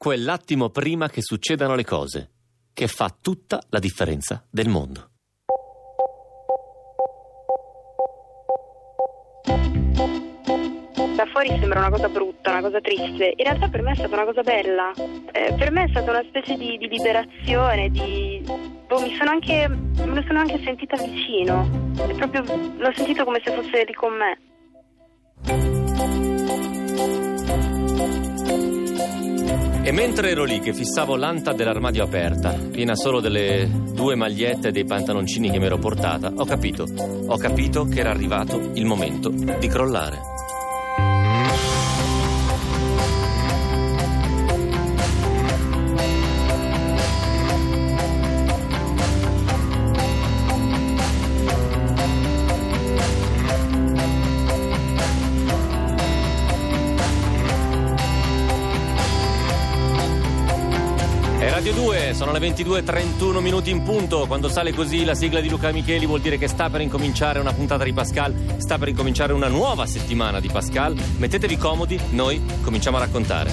quell'attimo prima che succedano le cose, che fa tutta la differenza del mondo. Da fuori sembra una cosa brutta, una cosa triste. In realtà per me è stata una cosa bella. Per me è stata una specie di liberazione, me ne sono anche sentita vicino. E proprio l'ho sentito come se fosse lì con me. E mentre ero lì che fissavo l'anta dell'armadio aperta, piena solo delle 2 magliette e dei pantaloncini che mi ero portata, ho capito che era arrivato il momento di crollare. Radio 2, sono le 22:31 minuti in punto. Quando sale così la sigla di Luca Micheli vuol dire che sta per incominciare una puntata di Pascal, sta per incominciare una nuova settimana di Pascal. Mettetevi comodi, noi cominciamo a raccontare.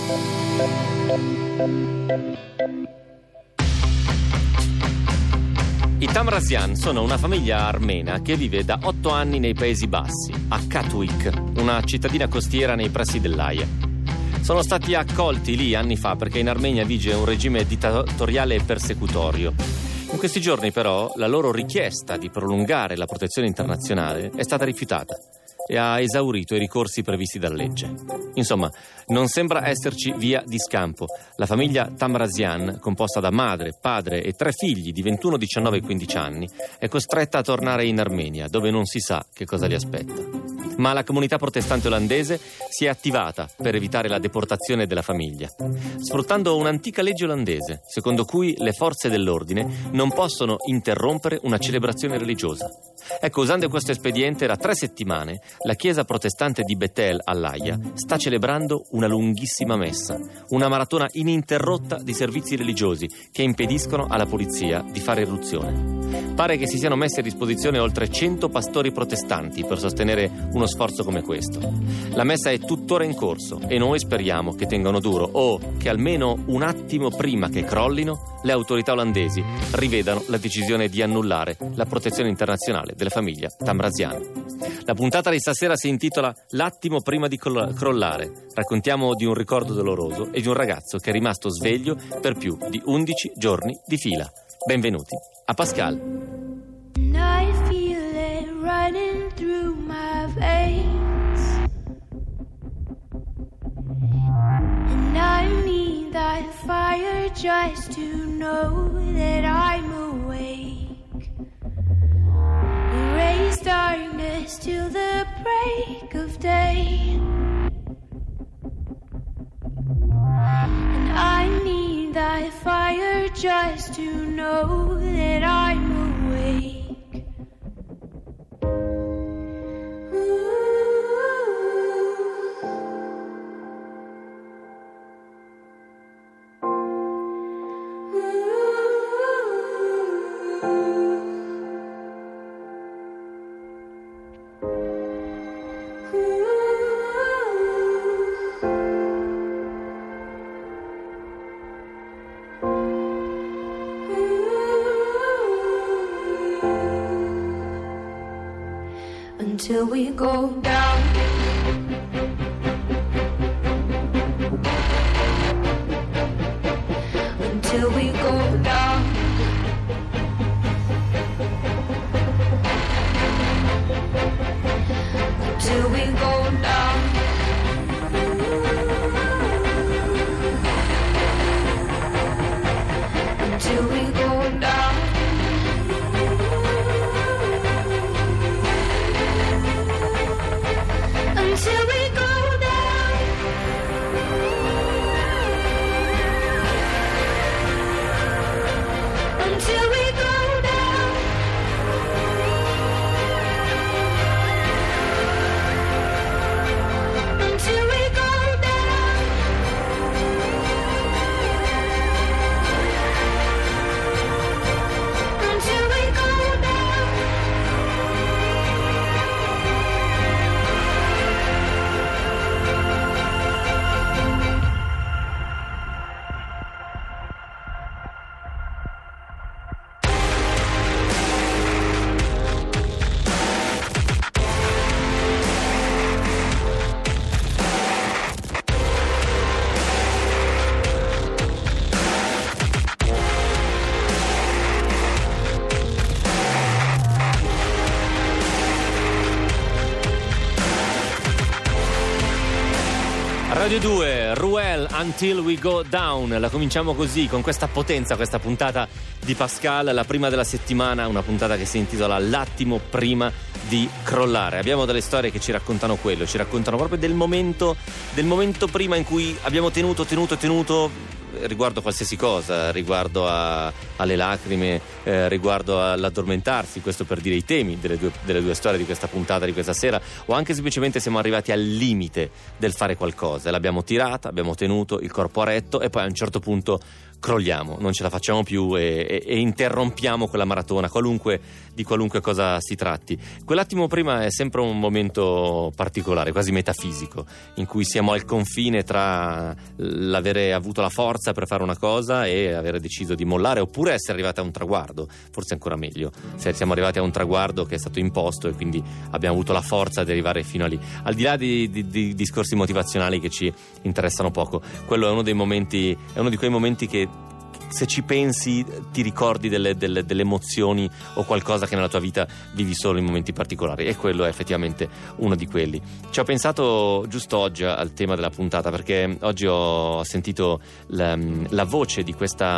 I Tamrazian sono una famiglia armena che vive da 8 anni nei Paesi Bassi, a Katwijk, una cittadina costiera nei pressi dell'Aia. Sono stati accolti lì anni fa perché in Armenia vige un regime dittatoriale e persecutorio. In questi giorni però la loro richiesta di prolungare la protezione internazionale è stata rifiutata e ha esaurito i ricorsi previsti dalla legge. Insomma, non sembra esserci via di scampo. La famiglia Tamrazian, composta da madre, padre e 3 figli di 21, 19 e 15 anni, è costretta a tornare in Armenia, dove non si sa che cosa li aspetta. Ma la comunità protestante olandese si è attivata per evitare la deportazione della famiglia, sfruttando un'antica legge olandese, secondo cui le forze dell'ordine non possono interrompere una celebrazione religiosa. Ecco, usando questo espediente, da 3 settimane la chiesa protestante di Bethel all'Aia sta celebrando una lunghissima messa, una maratona ininterrotta di servizi religiosi che impediscono alla polizia di fare irruzione. Pare che si siano messi a disposizione oltre 100 pastori protestanti per sostenere uno sforzo come questo. La messa è tuttora in corso e noi speriamo che tengano duro o che almeno un attimo prima che crollino le autorità olandesi rivedano la decisione di annullare la protezione internazionale della famiglia Tamrazian. La puntata di stasera si intitola L'attimo prima di crollare. Raccontiamo di un ricordo doloroso e di un ragazzo che è rimasto sveglio per più di 11 giorni di fila. Benvenuti a Pascal. I feel it running through my veins, and I need that fire just to know that I'm awake. Erase darkness till the break of day, and I need that fire just to know that I'm awake. Until we go down, until we go down, until we go down, until we go down. Until we go down, Radio 2, Ruel, Until We Go Down. La cominciamo così, con questa potenza, questa puntata di Pascal, la prima della settimana, una puntata che si intitola L'attimo prima di crollare. Abbiamo delle storie che ci raccontano quello, ci raccontano proprio del momento prima in cui abbiamo tenuto riguardo a qualsiasi cosa, riguardo alle lacrime, riguardo all'addormentarsi, questo per dire i temi delle due storie di questa puntata, di questa sera, o anche semplicemente siamo arrivati al limite del fare qualcosa, l'abbiamo tirata, abbiamo tenuto il corpo a retto e poi a un certo punto crolliamo, non ce la facciamo più e interrompiamo quella maratona, di qualunque cosa si tratti. Quell'attimo prima è sempre un momento particolare, quasi metafisico, in cui siamo al confine tra l'avere avuto la forza per fare una cosa e avere deciso di mollare, oppure essere arrivati a un traguardo, forse ancora meglio, se siamo arrivati a un traguardo che è stato imposto e quindi abbiamo avuto la forza di arrivare fino a lì. Al di là di discorsi motivazionali che ci interessano poco, quello è uno di quei momenti che, se ci pensi, ti ricordi delle emozioni o qualcosa che nella tua vita vivi solo in momenti particolari, e quello è effettivamente uno di quelli. Ci ho pensato giusto oggi al tema della puntata, perché oggi ho sentito la voce di questa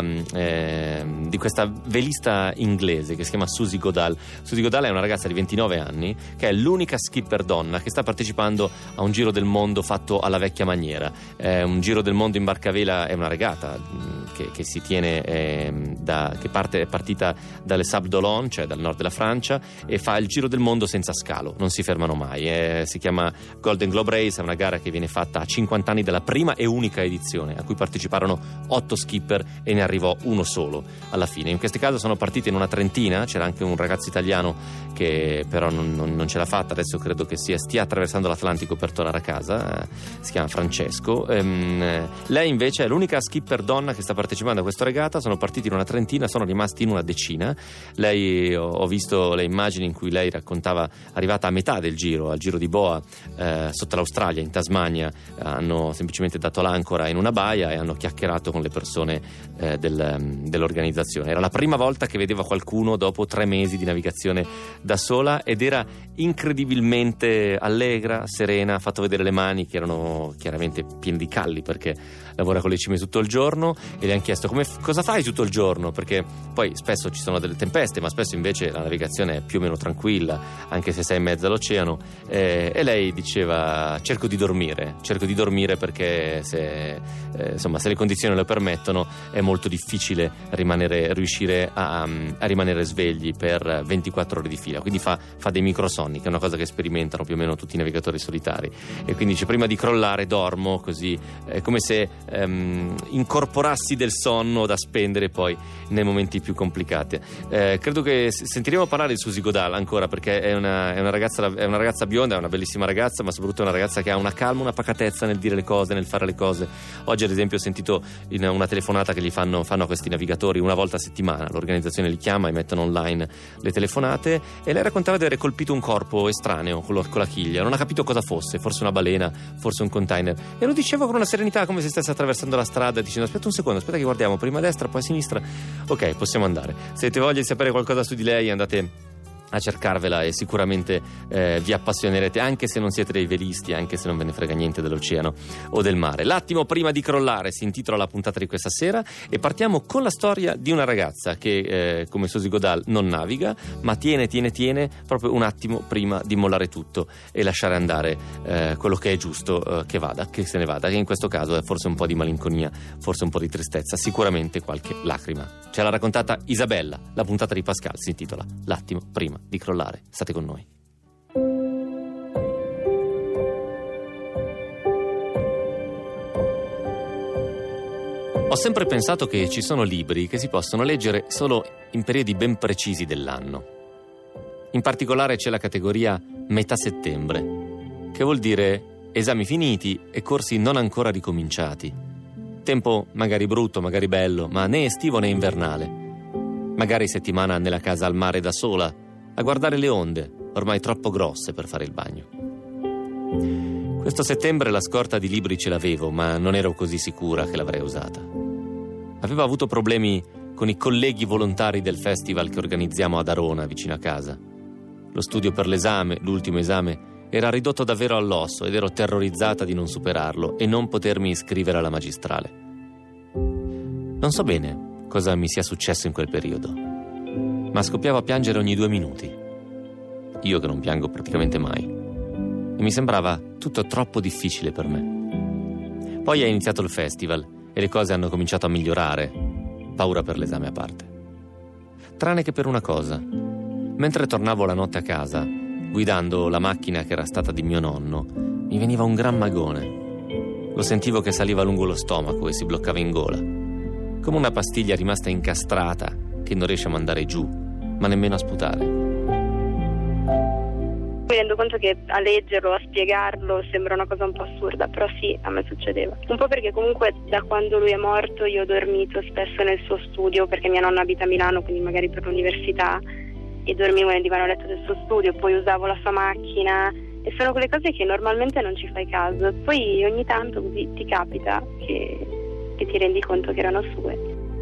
velista inglese che si chiama Susie Goodall. Susie Goodall è una ragazza di 29 anni che è l'unica skipper donna che sta partecipando a un giro del mondo fatto alla vecchia maniera. Un giro del mondo in barcavela, è una regata che si tiene è partita dalle Sables d'Olonne, cioè dal nord della Francia, e fa il giro del mondo senza scalo, non si fermano mai. Si chiama Golden Globe Race, è una gara che viene fatta a 50 anni dalla prima e unica edizione, a cui parteciparono 8 skipper e ne arrivò uno solo alla fine. In questo caso sono partite in una trentina, c'era anche un ragazzo italiano che però non ce l'ha fatta, adesso credo che stia attraversando l'Atlantico per tornare a casa, si chiama Francesco. Lei invece è l'unica skipper donna che sta partecipando a questo regata. Sono partiti in una trentina, sono rimasti in una decina. Lei, ho visto le immagini in cui lei raccontava, arrivata a metà del giro, al giro di boa, sotto l'Australia, in Tasmania, hanno semplicemente dato l'ancora in una baia e hanno chiacchierato con le persone dell'organizzazione. Era la prima volta che vedeva qualcuno dopo 3 mesi di navigazione da sola, ed era incredibilmente allegra, serena, ha fatto vedere le mani che erano chiaramente piene di calli perché lavora con le cime tutto il giorno, e le hanno chiesto cosa fai tutto il giorno, perché poi spesso ci sono delle tempeste, ma spesso invece la navigazione è più o meno tranquilla anche se sei in mezzo all'oceano, e lei diceva cerco di dormire perché se le condizioni lo permettono è molto difficile riuscire a rimanere svegli per 24 ore di fila, quindi fa dei microsonni, che è una cosa che sperimentano più o meno tutti i navigatori solitari, e quindi dice prima di crollare dormo, così è come se incorporassi del sonno da spendere poi nei momenti più complicati. Credo che sentiremo parlare di Susie Goodall ancora, perché è una ragazza bionda, è una bellissima ragazza, ma soprattutto è una ragazza che ha una calma, una pacatezza nel dire le cose, nel fare le cose. Oggi ad esempio ho sentito in una telefonata che gli fanno a questi navigatori una volta a settimana, l'organizzazione li chiama e mettono online le telefonate, e lei raccontava di aver colpito un corpo estraneo con la chiglia, non ha capito cosa fosse, forse una balena, forse un container, e lo diceva con una serenità come se stesse attraversando la strada dicendo aspetta un secondo, aspetta che guardiamo, prima a destra poi a sinistra, ok, possiamo andare. Se avete voglia di sapere qualcosa su di lei andate a cercarvela e sicuramente vi appassionerete, anche se non siete dei velisti, anche se non ve ne frega niente dell'oceano o del mare. L'attimo prima di crollare si intitola la puntata di questa sera, e partiamo con la storia di una ragazza che come Susie Goodall non naviga, ma tiene proprio un attimo prima di mollare tutto e lasciare andare quello che è giusto che se ne vada, che in questo caso è forse un po' di malinconia, forse un po' di tristezza, sicuramente qualche lacrima. Ce l'ha raccontata Isabella. La puntata di Pascal si intitola L'attimo prima di crollare. State con noi. Ho sempre pensato che ci sono libri che si possono leggere solo in periodi ben precisi dell'anno. In particolare c'è la categoria metà settembre, che vuol dire esami finiti e corsi non ancora ricominciati. Tempo magari brutto, magari bello, ma né estivo né invernale. Magari settimana nella casa al mare da sola, a guardare le onde, ormai troppo grosse per fare il bagno. Questo settembre la scorta di libri ce l'avevo, ma non ero così sicura che l'avrei usata. Avevo avuto problemi con i colleghi volontari del festival che organizziamo ad Arona, vicino a casa. Lo studio per l'esame, l'ultimo esame, Era ridotto davvero all'osso ed ero terrorizzata di non superarlo e non potermi iscrivere alla magistrale. Non so bene cosa mi sia successo in quel periodo, ma scoppiavo a piangere ogni 2 minuti. Io che non piango praticamente mai. E mi sembrava tutto troppo difficile per me. Poi è iniziato il festival e le cose hanno cominciato a migliorare, paura per l'esame a parte. Tranne che per una cosa. Mentre tornavo la notte a casa, guidando la macchina che era stata di mio nonno, mi veniva un gran magone. Lo sentivo che saliva lungo lo stomaco e si bloccava in gola, come una pastiglia rimasta incastrata che non riesce a mandare giù, ma nemmeno a sputare. Mi rendo conto che a leggerlo, a spiegarlo sembra una cosa un po' assurda, però sì, a me succedeva. Un po' perché comunque da quando lui è morto io ho dormito spesso nel suo studio, perché mia nonna abita a Milano, quindi magari per l'università, e dormivo nel divano letto del suo studio, poi usavo la sua macchina, e sono quelle cose che normalmente non ci fai caso. Poi ogni tanto così ti capita che ti rendi conto che erano sue.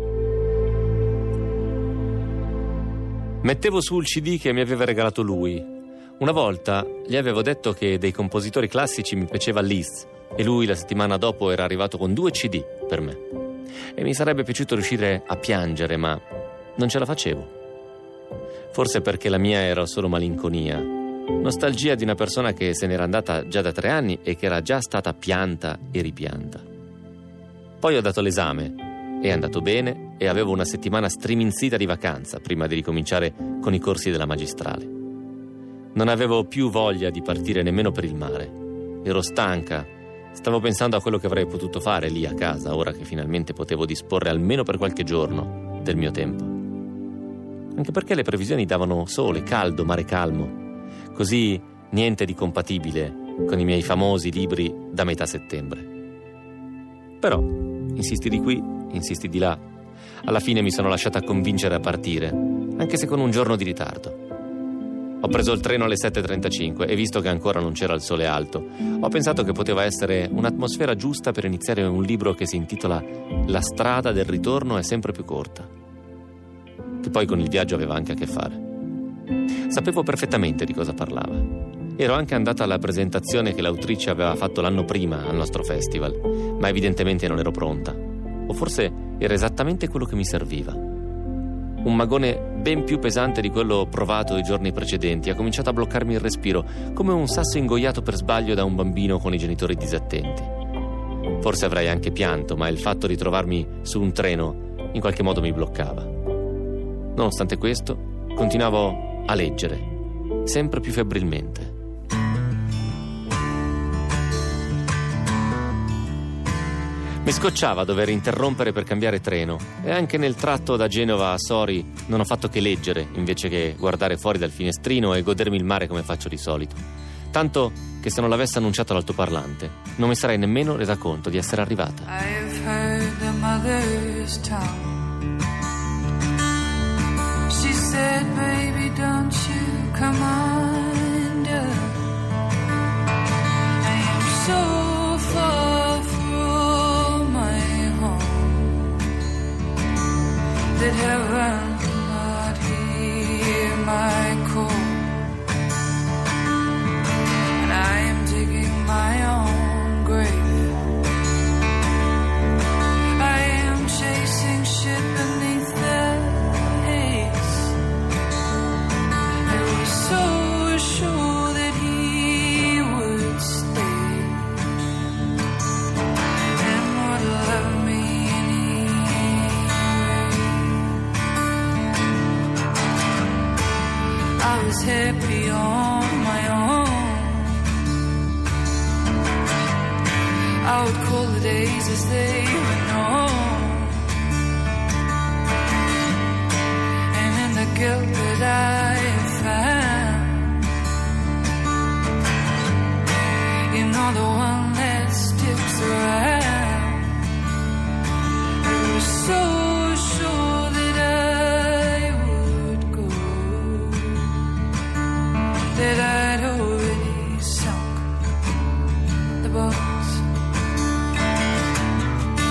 Mettevo su il CD che mi aveva regalato lui. Una volta gli avevo detto che dei compositori classici mi piaceva Liszt e lui la settimana dopo era arrivato con 2 CD per me. E mi sarebbe piaciuto riuscire a piangere, ma non ce la facevo. Forse perché la mia era solo malinconia, nostalgia di una persona che se n'era andata già da 3 anni e che era già stata pianta e ripianta. Poi ho dato l'esame, è andato bene e avevo una settimana striminzita di vacanza prima di ricominciare con i corsi della magistrale. Non avevo più voglia di partire nemmeno per il mare. Ero stanca, stavo pensando a quello che avrei potuto fare lì a casa, ora che finalmente potevo disporre almeno per qualche giorno del mio tempo. Anche perché le previsioni davano sole, caldo, mare calmo. Così niente di compatibile con i miei famosi libri da metà settembre. Però, insisti di qui, insisti di là. Alla fine mi sono lasciata convincere a partire, anche se con un giorno di ritardo. Ho preso il treno alle 7:35 e visto che ancora non c'era il sole alto, ho pensato che poteva essere un'atmosfera giusta per iniziare un libro che si intitola La strada del ritorno è sempre più corta, che poi con il viaggio aveva anche a che fare. Sapevo perfettamente di cosa parlava. Ero anche andata alla presentazione che l'autrice aveva fatto l'anno prima al nostro festival, ma evidentemente non ero pronta. O forse era esattamente quello che mi serviva. Un magone ben più pesante di quello provato i giorni precedenti ha cominciato a bloccarmi il respiro, come un sasso ingoiato per sbaglio da un bambino con i genitori disattenti. Forse avrei anche pianto, ma il fatto di trovarmi su un treno in qualche modo mi bloccava. Nonostante questo, continuavo a leggere, sempre più febbrilmente. Mi scocciava dover interrompere per cambiare treno e anche nel tratto da Genova a Sori non ho fatto che leggere invece che guardare fuori dal finestrino e godermi il mare come faccio di solito. Tanto che se non l'avesse annunciato l'altoparlante non mi sarei nemmeno resa conto di essere arrivata. I've heard the mother's tongue. She said, baby, don't you come under. I am so far from my home that heaven not hear my call. And I am digging my own grave. I am chasing shit beneath the haze. I was so sure that he would stay and would love me anyway. I was happy on my own. I would call the days as they went on, and in the guilt that I have found, you know, the one that sticks around. I was so sure that I would go, that I'd already sunk the boat.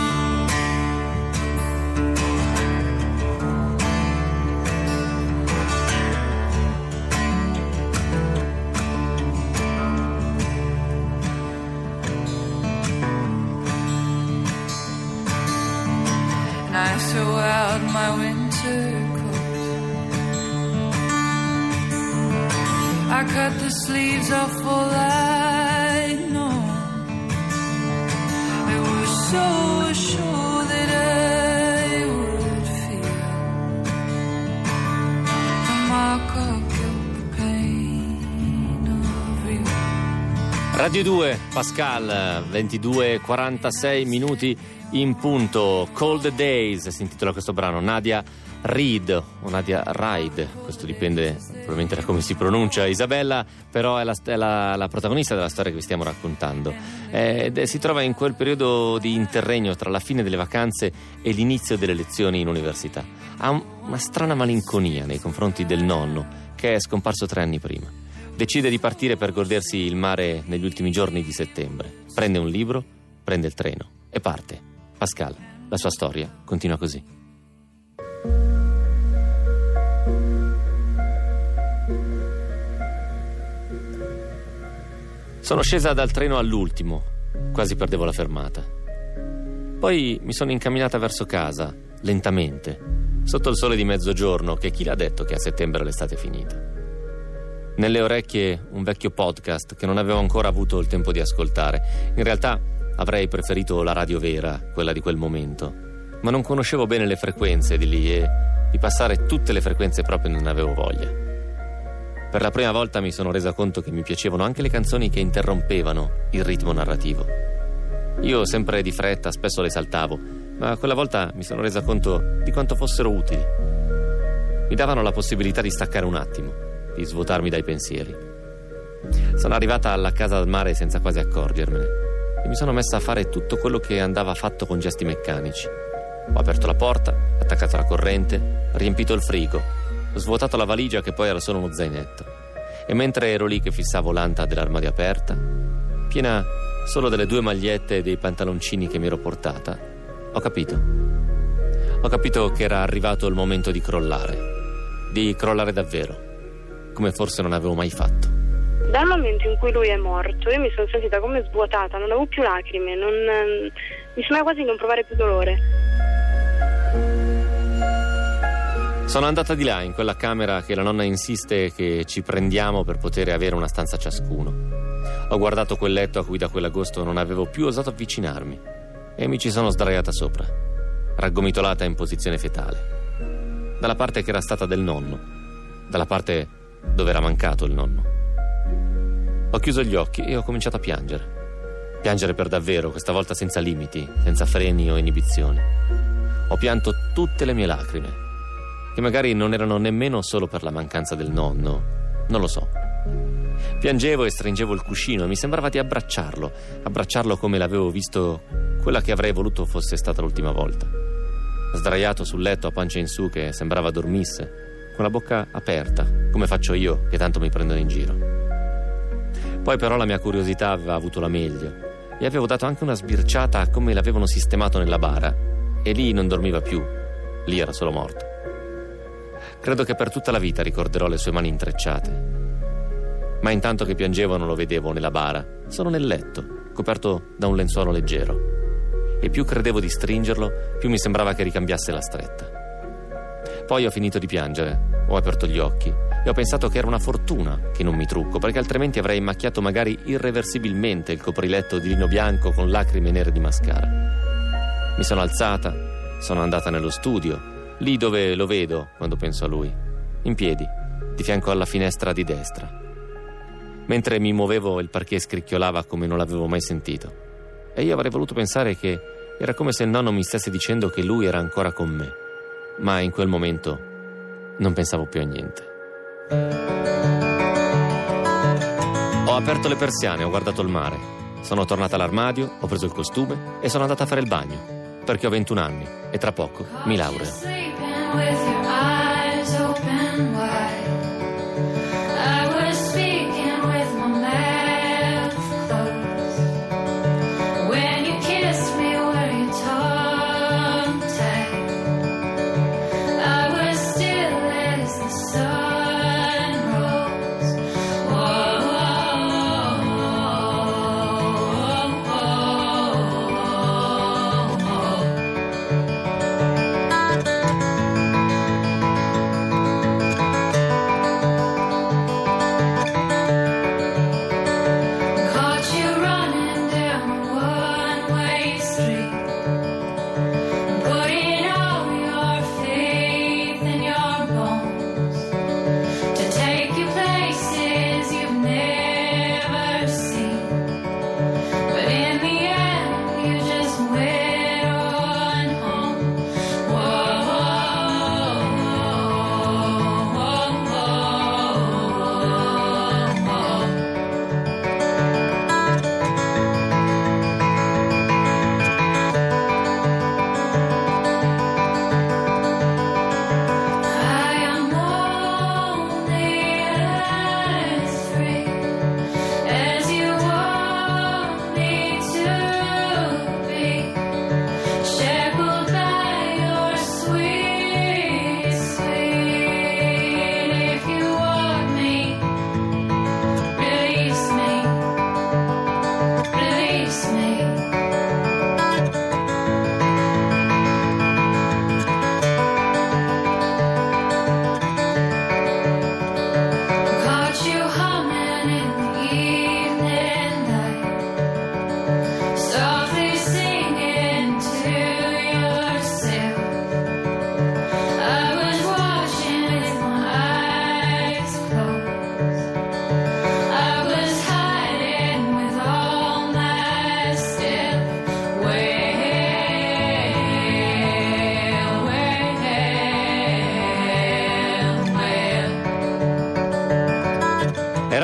throw out my winter coat. I cut the sleeves off all I know. I was so sure that I would feel the mark of guilt, the pain of you. Radio 2, Pascal, 22:46 minuti in punto. Cold Days si intitola questo brano. Nadia Reid o Nadia Raid, questo dipende probabilmente da come si pronuncia. Isabella però è la protagonista della storia che vi stiamo raccontando. Si trova in quel periodo di interregno tra la fine delle vacanze e l'inizio delle lezioni in università. Ha una strana malinconia nei confronti del nonno, che è scomparso 3 anni prima. Decide di partire per godersi il mare negli ultimi giorni di settembre. Prende un libro, prende il treno e parte. Pascal, la sua storia continua così. Sono scesa dal treno all'ultimo, quasi perdevo la fermata. Poi mi sono incamminata verso casa, lentamente, sotto il sole di mezzogiorno, che chi l'ha detto che a settembre l'estate è finita. Nelle orecchie un vecchio podcast che non avevo ancora avuto il tempo di ascoltare. In realtà avrei preferito la radio vera, quella di quel momento, ma non conoscevo bene le frequenze di lì e di passare tutte le frequenze proprio non avevo voglia. Per la prima volta mi sono resa conto che mi piacevano anche le canzoni che interrompevano il ritmo narrativo. Io, sempre di fretta, spesso le saltavo, ma quella volta mi sono resa conto di quanto fossero utili. Mi davano la possibilità di staccare un attimo, di svuotarmi dai pensieri. Sono arrivata alla casa al mare senza quasi accorgermene e mi sono messa a fare tutto quello che andava fatto con gesti meccanici. Ho aperto la porta, attaccato la corrente, riempito il frigo, svuotato la valigia che poi era solo uno zainetto, e mentre ero lì che fissavo l'anta dell'armadio aperta, piena solo delle 2 magliette e dei pantaloncini che mi ero portata, ho capito che era arrivato il momento di crollare davvero, come forse non avevo mai fatto. Dal momento in cui lui è morto io mi sono sentita come svuotata, non avevo più lacrime, mi sembrava quasi di non provare più dolore. Sono andata di là, in quella camera che la nonna insiste che ci prendiamo per poter avere una stanza ciascuno. Ho guardato quel letto a cui da quell'agosto non avevo più osato avvicinarmi e mi ci sono sdraiata sopra, raggomitolata in posizione fetale, dalla parte che era stata del nonno, dalla parte dove era mancato il nonno. Ho chiuso gli occhi e ho cominciato a piangere per davvero, questa volta senza limiti, senza freni o inibizioni. Ho pianto tutte le mie lacrime, che magari non erano nemmeno solo per la mancanza del nonno, non lo so. Piangevo e stringevo il cuscino e mi sembrava di abbracciarlo come l'avevo visto quella che avrei voluto fosse stata l'ultima volta. Sdraiato sul letto a pancia in su che sembrava dormisse, con la bocca aperta, come faccio io che tanto mi prendono in giro. Poi però la mia curiosità aveva avuto la meglio e avevo dato anche una sbirciata a come l'avevano sistemato nella bara, e lì non dormiva più, lì era solo morto. Credo che per tutta la vita ricorderò le sue mani intrecciate. Ma intanto che piangevo non lo vedevo nella bara, solo nel letto, coperto da un lenzuolo leggero. E più credevo di stringerlo, più mi sembrava che ricambiasse la stretta. Poi ho finito di piangere, ho aperto gli occhi e ho pensato che era una fortuna che non mi trucco, perché altrimenti avrei macchiato magari irreversibilmente il copriletto di lino bianco con lacrime nere di mascara. Mi sono alzata, sono andata nello studio, lì dove lo vedo quando penso a lui, in piedi, di fianco alla finestra di destra. Mentre mi muovevo il parquet scricchiolava come non l'avevo mai sentito, e io avrei voluto pensare che era come se il nonno mi stesse dicendo che lui era ancora con me, ma in quel momento non pensavo più a niente. Ho aperto le persiane, ho guardato il mare, sono tornata all'armadio, ho preso il costume e sono andata a fare il bagno, perché ho 21 anni e tra poco mi laureo.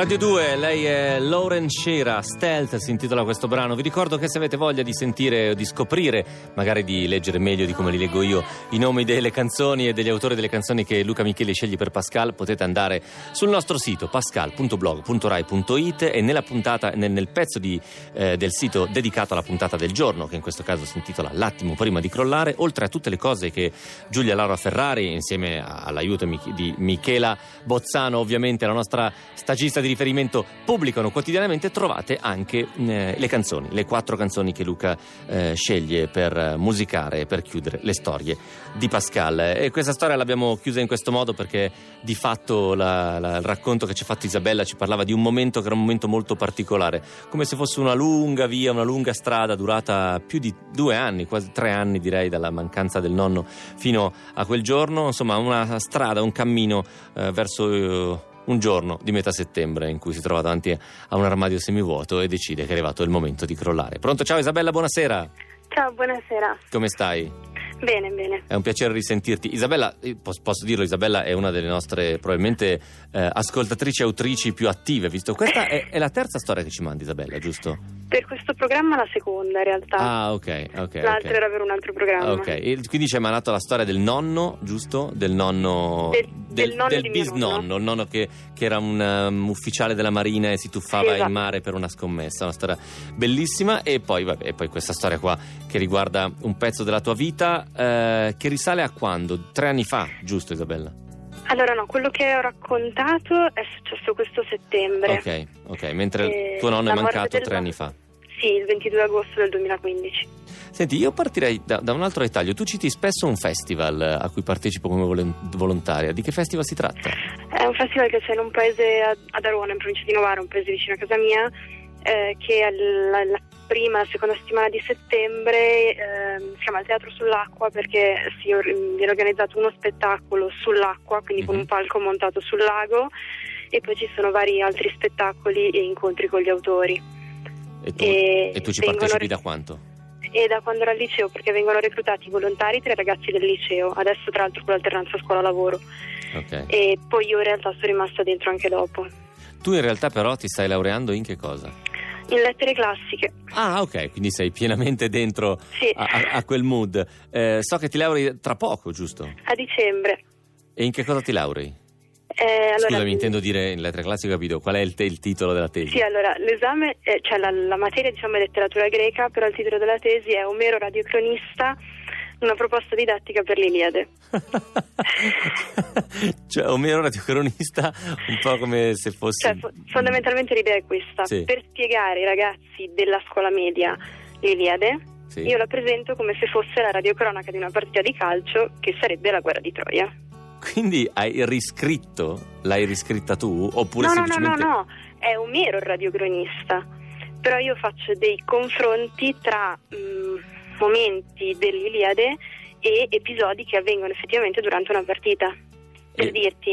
Radio 2, lei è Lauren Shearer, Stealth si intitola questo brano. Vi ricordo che se avete voglia di sentire o di scoprire, magari di leggere meglio di come li leggo io, i nomi delle canzoni e degli autori delle canzoni che Luca Micheli sceglie per Pascal, potete andare sul nostro sito pascal.blog.rai.it e nella puntata, nel pezzo del sito dedicato alla puntata del giorno, che in questo caso si intitola L'attimo prima di crollare, oltre a tutte le cose che Giulia Laura Ferrari, insieme all'aiuto di Michela Bozzano, ovviamente la nostra stagista di riferimento, pubblicano quotidianamente, trovate anche le canzoni, le 4 canzoni che Luca sceglie per musicare e per chiudere le storie di Pascal. E questa storia l'abbiamo chiusa in questo modo perché di fatto il racconto che ci ha fatto Isabella ci parlava di un momento che era un momento molto particolare, come se fosse una lunga via, una lunga strada durata più di 2 anni, quasi 3 anni direi, dalla mancanza del nonno fino a quel giorno, insomma una strada, un cammino verso un giorno di metà settembre in cui si trova davanti a un armadio semivuoto e decide che è arrivato il momento di crollare. Pronto? Ciao Isabella, buonasera. Ciao, buonasera. Come stai? Bene, bene. È un piacere risentirti. Isabella, posso dirlo, Isabella è una delle nostre probabilmente ascoltatrici e autrici più attive, visto questa è la terza storia che ci mandi, Isabella, giusto? Per questo programma la seconda in realtà. Ah, ok. L'altra era per un altro programma. Ok, e quindi ci hai mandato la storia del nonno, giusto? Del nonno del bisnonno, il nonno che era un ufficiale della marina e si tuffava in mare per una scommessa, una storia bellissima. E poi questa storia qua che riguarda un pezzo della tua vita che risale a quando? 3 anni fa, giusto Isabella? Allora no, quello che ho raccontato è successo questo settembre. Ok, mentre tuo nonno è mancato 3 anni fa. Sì, il 22 agosto del 2015. Senti, io partirei da un altro dettaglio. Tu citi spesso un festival a cui partecipo come volontaria. Di che festival si tratta? È un festival che c'è in un paese ad Arona, in provincia di Novara, un paese vicino a casa mia, che è la prima e seconda settimana di settembre, si chiama il Teatro sull'Acqua perché viene organizzato uno spettacolo sull'acqua, quindi con un palco montato sul lago, e poi ci sono vari altri spettacoli e incontri con gli autori. E tu ci partecipi da quanto? E da quando ero al liceo, perché vengono reclutati volontari 3 ragazzi del liceo, adesso tra l'altro con l'alternanza scuola-lavoro. Okay. E poi io in realtà sono rimasta dentro anche dopo. Tu in realtà però ti stai laureando in che cosa? In lettere classiche. Ah, ok, quindi sei pienamente dentro sì. a quel mood. So che ti laurei tra poco, giusto? A dicembre. E in che cosa ti laurei? Allora, scusami, intendo dire in lettere classiche, capito? Qual è il titolo della tesi? Sì, allora, l'esame, cioè la materia diciamo è letteratura greca, però il titolo della tesi è Omero radiocronista, una proposta didattica per l'Iliade. Cioè Omero radiocronista, un po' come se fosse... Cioè, fondamentalmente l'idea è questa. Sì. Per spiegare ai ragazzi della scuola media l'Iliade, sì, io la presento come se fosse la radiocronaca di una partita di calcio che sarebbe la guerra di Troia. Quindi l'hai riscritta tu? Oppure semplicemente... No, è Omero il radiocronista, però io faccio dei confronti tra momenti dell'Iliade e episodi che avvengono effettivamente durante una partita. Per dirti,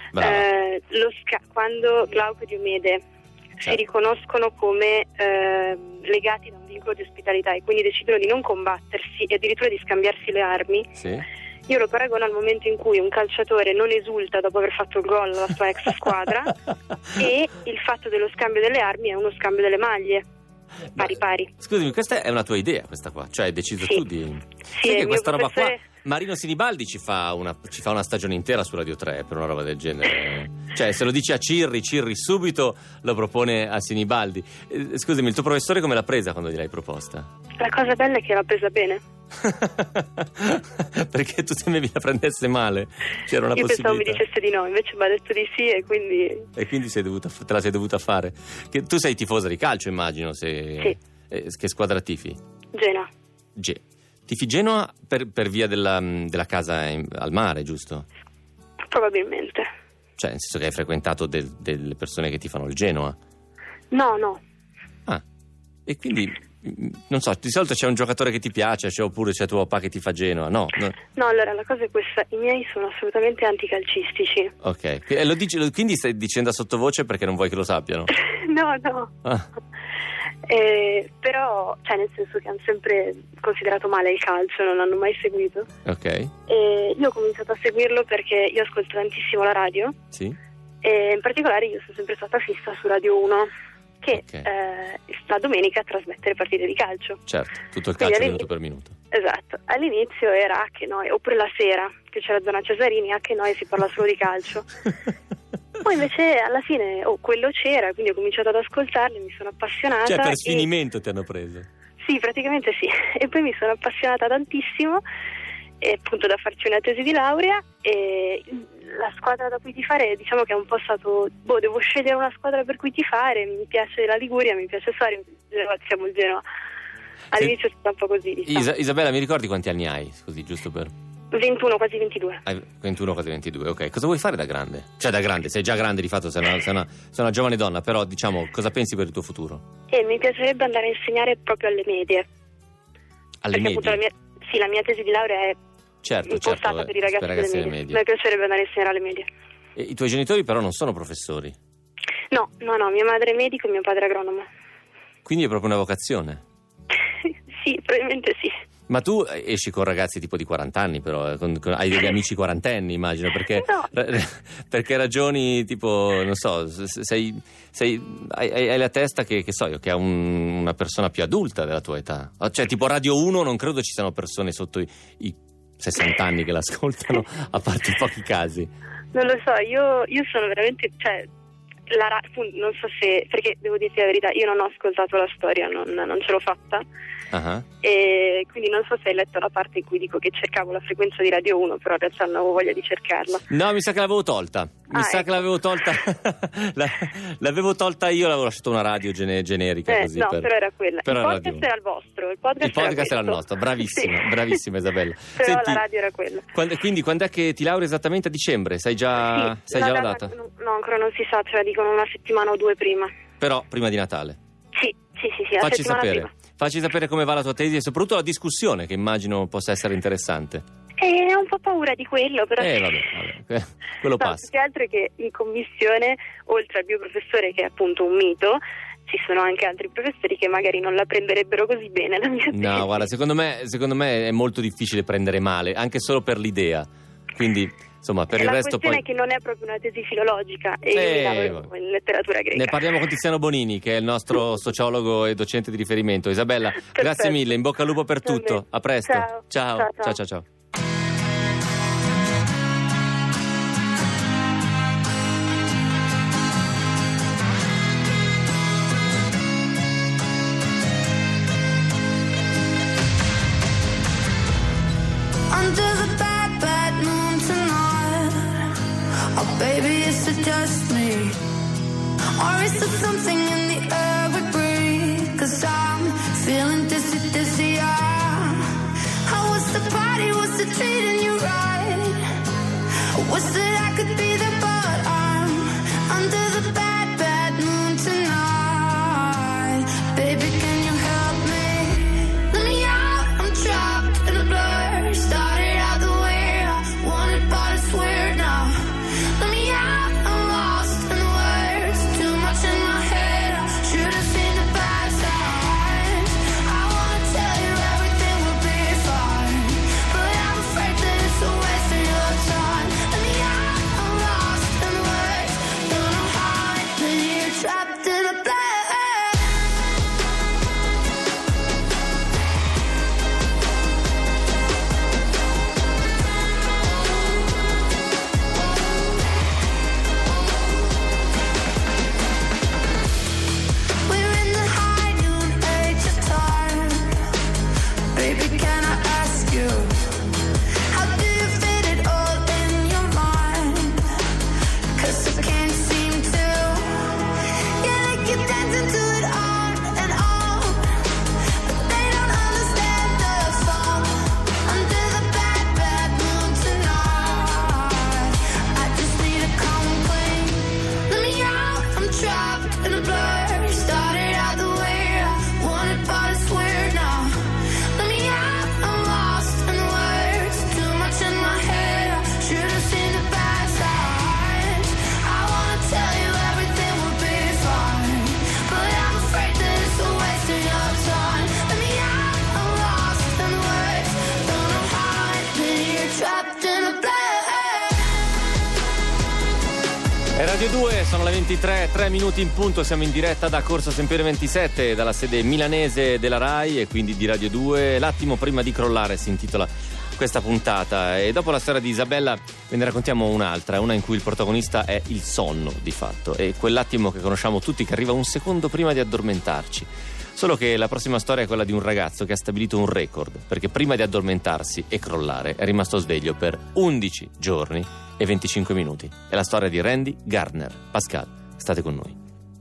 quando Glauco e Diomede si riconoscono come legati da un vincolo di ospitalità e quindi decidono di non combattersi e addirittura di scambiarsi le armi, sì, io lo paragono al momento in cui un calciatore non esulta dopo aver fatto il gol alla sua ex squadra e il fatto dello scambio delle armi è uno scambio delle maglie pari. Scusami, questa è una tua idea, questa qua? Cioè hai deciso tu di... Sì, sai che questa roba qua Marino Sinibaldi ci fa una stagione intera su Radio 3 per una roba del genere. Cioè se lo dici a Cirri subito lo propone a Sinibaldi. Scusami, il tuo professore come l'ha presa quando gliel'hai proposta? La cosa bella è che l'ha presa bene. Perché tu temevi la prendesse male? C'era una possibilità. Io pensavo mi dicesse di no, invece mi ha detto di sì e quindi te la sei dovuta fare. Che tu sei tifosa di calcio, immagino. Sì. Che squadra tifi? Genoa. Tifi Genoa per via della casa al mare, giusto? Probabilmente. Cioè nel senso che hai frequentato delle persone che tifano il Genoa? No. Ah, e quindi non so, di solito c'è un giocatore che ti piace, oppure c'è tuo papà che ti fa Genoa, no? No, allora la cosa è questa, i miei sono assolutamente anticalcistici. Ok, quindi stai dicendo a sottovoce perché non vuoi che lo sappiano? No. Ah. Però, cioè nel senso che hanno sempre considerato male il calcio, non l'hanno mai seguito. Ok. E io ho cominciato a seguirlo perché io ascolto tantissimo la radio. Sì. E in particolare io sono sempre stata fissa su Radio 1, che la domenica trasmette le partite di calcio. Certo, tutto il calcio minuto per minuto. Esatto, all'inizio era che noi, oppure la sera, che c'è la zona Cesarini, che noi si parla solo di calcio. Poi invece alla fine quello c'era, quindi ho cominciato ad ascoltarli, mi sono appassionata. Cioè per sfinimento ti hanno preso? Sì, praticamente sì. E poi mi sono appassionata tantissimo, e appunto da farci una tesi di laurea, e la squadra da cui tifare, diciamo che è un po' stato, devo scegliere una squadra per cui tifare, mi piace la Liguria, mi piace Sori, siamo il Genoa. All'inizio è stato un po' così, diciamo. Isabella, mi ricordi quanti anni hai? Così, giusto per... 21, quasi 22. 21, quasi 22, ok. Cosa vuoi fare da grande? Cioè da grande, sei già grande di fatto, sei una giovane donna, però diciamo, cosa pensi per il tuo futuro? Mi piacerebbe andare a insegnare proprio alle medie. Alle medie? Appunto la mia tesi di laurea è impostata per i ragazzi delle medie. Mi piacerebbe andare a insegnare alle medie. E i tuoi genitori però non sono professori? No, mia madre è medico e mio padre è agronomo. Quindi è proprio una vocazione? Sì, probabilmente sì. Ma tu esci con ragazzi tipo di 40 anni però, hai degli amici quarantenni immagino, perché, no. Perché ragioni tipo, non so, hai la testa che so io, che ha una persona più adulta della tua età. Cioè tipo Radio 1 non credo ci siano persone sotto i 60 anni che l'ascoltano, a parte pochi casi. Non lo so, io sono veramente, cioè, non so se, perché devo dirti la verità, io non ho ascoltato la storia, non ce l'ho fatta. Uh-huh. E quindi non so se hai letto la parte in cui dico che cercavo la frequenza di Radio 1, però in realtà non avevo voglia di cercarla. No, mi sa che l'avevo tolta. Che l'avevo tolta. L'avevo tolta io, l'avevo lasciato una radio generica così. No, però era quella. Il podcast era il vostro. Il podcast era il nostro. Bravissima, sì. Bravissima Isabella. Però senti, la radio era quella. Quindi quando è che ti laurei esattamente? A dicembre? Sai già la data? No, ancora non si sa, ce la dicono una settimana o due prima. Però prima di Natale? Sì, la settimana prima. Facci sapere come va la tua tesi e soprattutto la discussione, che immagino possa essere interessante. Ho un po' paura di quello, però... Vabbè. Quello passa. Più che altro è che in commissione, oltre al mio professore, che è appunto un mito, ci sono anche altri professori che magari non la prenderebbero così bene la mia tesi. No, guarda, secondo me è molto difficile prendere male, anche solo per l'idea. Quindi, insomma, per il resto poi... La questione è che non è proprio una tesi filologica, e io mi lavoro in letteratura greca. Ne parliamo con Tiziano Bonini, che è il nostro sociologo e docente di riferimento. Isabella, grazie mille, in bocca al lupo per tutto. A presto. Ciao. Baby, is it just me? Or is it something in the air we breathe? 'Cause I'm feeling dizzy, yeah. How was the party? Was it treating you right? Or was it I could be there, but I'm under the bad moon tonight. Baby, can you help me? Let me out, I'm trapped in a blur. Started out the way I wanted, but it's weird now. Let me out, I'm lost in the words. Too much in my head, I should have seen the bad signs. I wanna tell you everything will be fine, but I'm afraid that it's a waste of your time. Let me out. Radio 2, sono le 23, 3 minuti in punto, siamo in diretta da Corso Sempione 27, dalla sede milanese della RAI e quindi di Radio 2. L'attimo prima di crollare si intitola questa puntata, e dopo la storia di Isabella ve ne raccontiamo un'altra, una in cui il protagonista è il sonno di fatto, e quell'attimo che conosciamo tutti che arriva un secondo prima di addormentarci. Solo che la prossima storia è quella di un ragazzo che ha stabilito un record, perché prima di addormentarsi e crollare è rimasto sveglio per 11 giorni e 25 minuti. È la storia di Randy Gardner. Pascal, state con noi.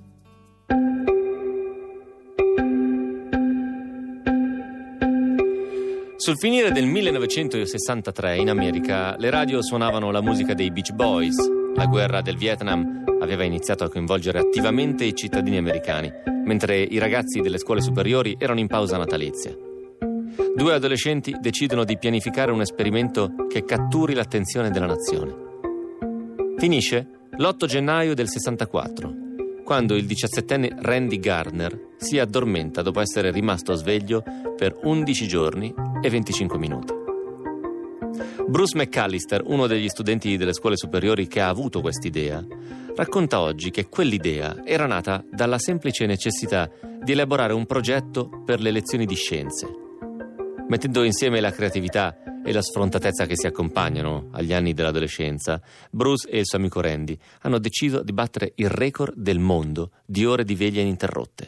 Sul finire del 1963 in America le radio suonavano la musica dei Beach Boys. La guerra del Vietnam aveva iniziato a coinvolgere attivamente i cittadini americani, mentre i ragazzi delle scuole superiori erano in pausa natalizia. Due adolescenti decidono di pianificare un esperimento che catturi l'attenzione della nazione. Finisce l'8 gennaio del 64, quando il 17enne Randy Gardner si addormenta dopo essere rimasto sveglio per 11 giorni e 25 minuti. Bruce McAllister, uno degli studenti delle scuole superiori che ha avuto quest'idea, racconta oggi che quell'idea era nata dalla semplice necessità di elaborare un progetto per le lezioni di scienze. Mettendo insieme la creatività e la sfrontatezza che si accompagnano agli anni dell'adolescenza, Bruce e il suo amico Randy hanno deciso di battere il record del mondo di ore di veglia ininterrotte.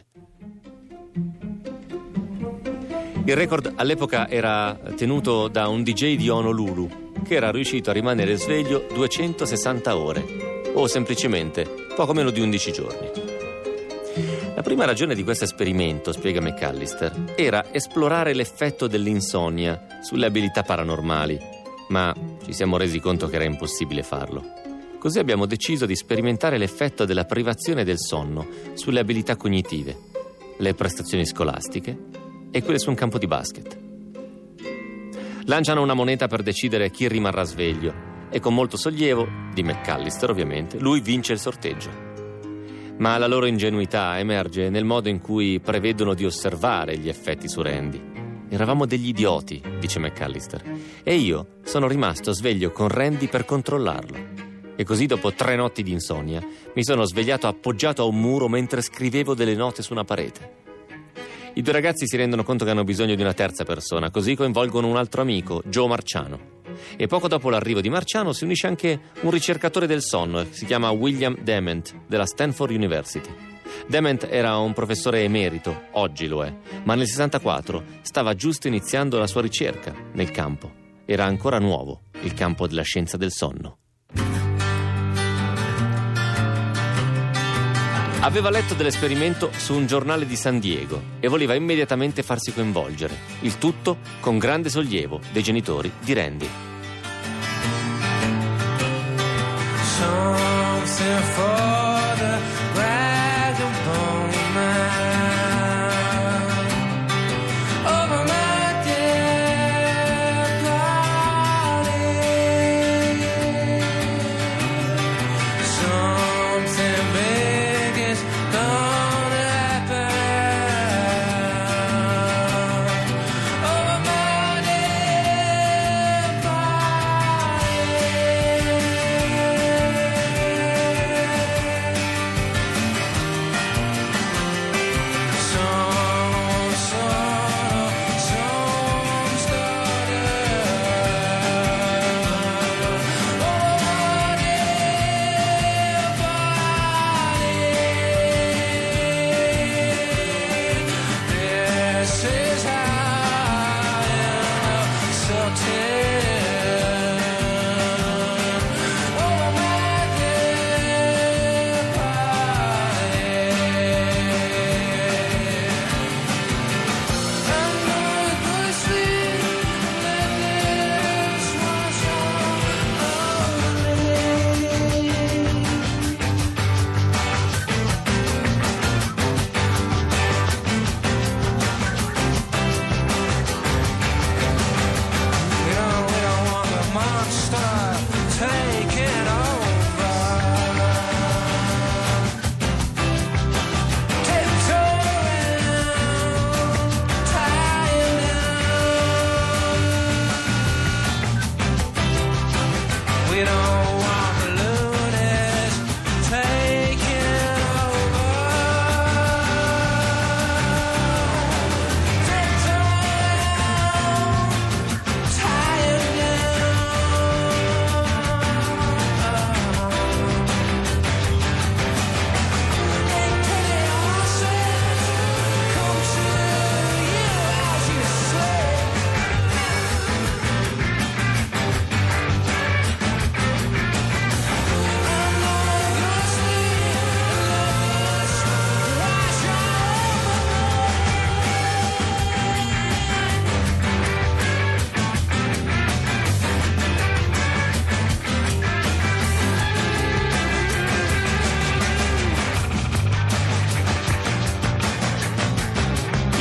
Il record all'epoca era tenuto da un DJ di Honolulu che era riuscito a rimanere sveglio 260 ore, o semplicemente poco meno di 11 giorni. La prima ragione di questo esperimento, spiega McAllister, era esplorare l'effetto dell'insonnia sulle abilità paranormali, ma ci siamo resi conto che era impossibile farlo. Così abbiamo deciso di sperimentare l'effetto della privazione del sonno sulle abilità cognitive, le prestazioni scolastiche e quelle su un campo di basket. Lanciano una moneta per decidere chi rimarrà sveglio e con molto sollievo, di McAllister ovviamente, lui vince il sorteggio. Ma la loro ingenuità emerge nel modo in cui prevedono di osservare gli effetti su Randy. Eravamo degli idioti, dice McAllister, e io sono rimasto sveglio con Randy per controllarlo. E così dopo 3 notti di insonnia mi sono svegliato appoggiato a un muro mentre scrivevo delle note su una parete. I due ragazzi si rendono conto che hanno bisogno di una terza persona, così coinvolgono un altro amico, Joe Marciano. E poco dopo l'arrivo di Marciano si unisce anche un ricercatore del sonno, si chiama William Dement, della Stanford University. Dement era un professore emerito, oggi lo è, ma nel 64 stava giusto iniziando la sua ricerca nel campo. Era ancora nuovo il campo della scienza del sonno. Aveva letto dell'esperimento su un giornale di San Diego e voleva immediatamente farsi coinvolgere, il tutto con grande sollievo dei genitori di Randy.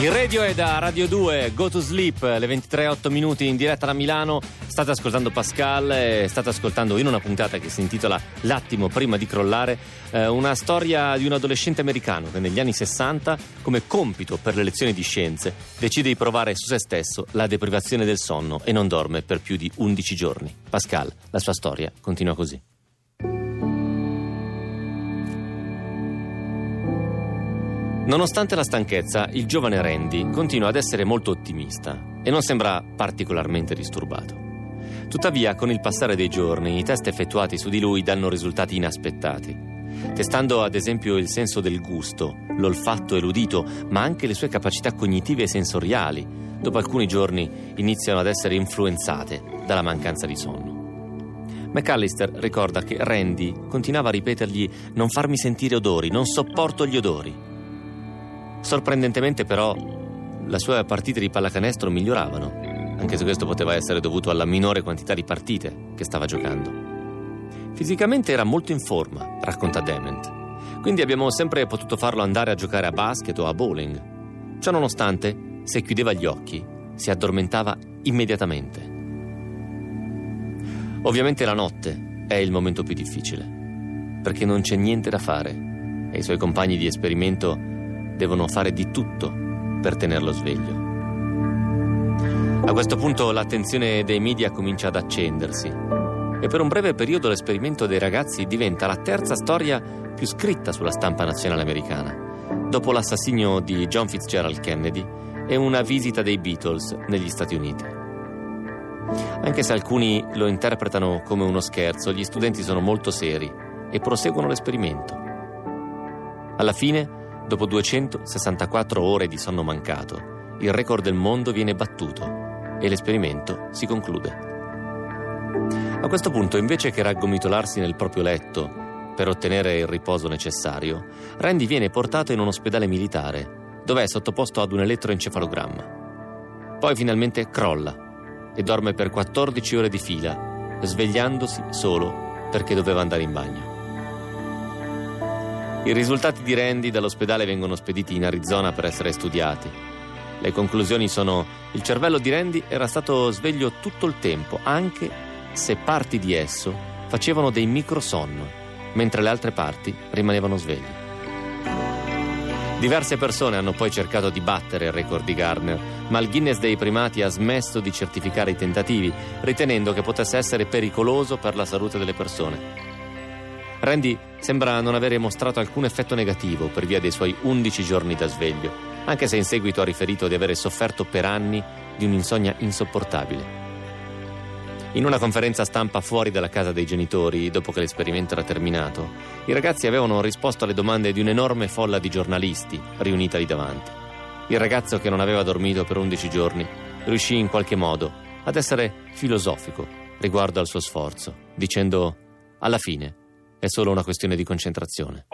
Il radio è da Radio 2, Go to Sleep, le 23:08 in diretta da Milano. State ascoltando Pascal e state ascoltando in una puntata che si intitola L'attimo prima di crollare, una storia di un adolescente americano che negli anni 60, come compito per le lezioni di scienze, decide di provare su se stesso la deprivazione del sonno e non dorme per più di 11 giorni. Pascal, la sua storia continua così. Nonostante la stanchezza, il giovane Randy continua ad essere molto ottimista e non sembra particolarmente disturbato. Tuttavia, con il passare dei giorni, i test effettuati su di lui danno risultati inaspettati. Testando ad esempio il senso del gusto, l'olfatto e l'udito, ma anche le sue capacità cognitive e sensoriali, dopo alcuni giorni iniziano ad essere influenzate dalla mancanza di sonno. McAllister ricorda che Randy continuava a ripetergli: «Non farmi sentire odori, non sopporto gli odori». Sorprendentemente però le sue partite di pallacanestro miglioravano, anche se questo poteva essere dovuto alla minore quantità di partite che stava giocando. Fisicamente era molto in forma, racconta Dement, quindi abbiamo sempre potuto farlo andare a giocare a basket o a bowling. Ciò nonostante, se chiudeva gli occhi, si addormentava immediatamente. Ovviamente la notte è il momento più difficile, perché non c'è niente da fare e i suoi compagni di esperimento devono fare di tutto per tenerlo sveglio. A questo punto l'attenzione dei media comincia ad accendersi e per un breve periodo l'esperimento dei ragazzi diventa la terza storia più scritta sulla stampa nazionale americana, dopo l'assassinio di John Fitzgerald Kennedy e una visita dei Beatles negli Stati Uniti. Anche se alcuni lo interpretano come uno scherzo, gli studenti sono molto seri e proseguono l'esperimento. Alla fine, dopo 264 ore di sonno mancato, il record del mondo viene battuto e l'esperimento si conclude. A questo punto, invece che raggomitolarsi nel proprio letto per ottenere il riposo necessario, Randy viene portato in un ospedale militare, dove è sottoposto ad un elettroencefalogramma. Poi finalmente crolla e dorme per 14 ore di fila, svegliandosi solo perché doveva andare in bagno. I risultati di Randy dall'ospedale vengono spediti in Arizona per essere studiati. Le conclusioni sono: il cervello di Randy era stato sveglio tutto il tempo, anche se parti di esso facevano dei microsonno, mentre le altre parti rimanevano sveglie. Diverse persone hanno poi cercato di battere il record di Gardner, ma il Guinness dei primati ha smesso di certificare i tentativi, ritenendo che potesse essere pericoloso per la salute delle persone. Randy sembra non avere mostrato alcun effetto negativo per via dei suoi 11 giorni da sveglio, anche se in seguito ha riferito di avere sofferto per anni di un'insonnia insopportabile. In una conferenza stampa fuori dalla casa dei genitori, dopo che l'esperimento era terminato, i ragazzi avevano risposto alle domande di un'enorme folla di giornalisti riunita lì davanti. Il ragazzo che non aveva dormito per 11 giorni riuscì in qualche modo ad essere filosofico riguardo al suo sforzo, dicendo: «Alla fine è solo una questione di concentrazione».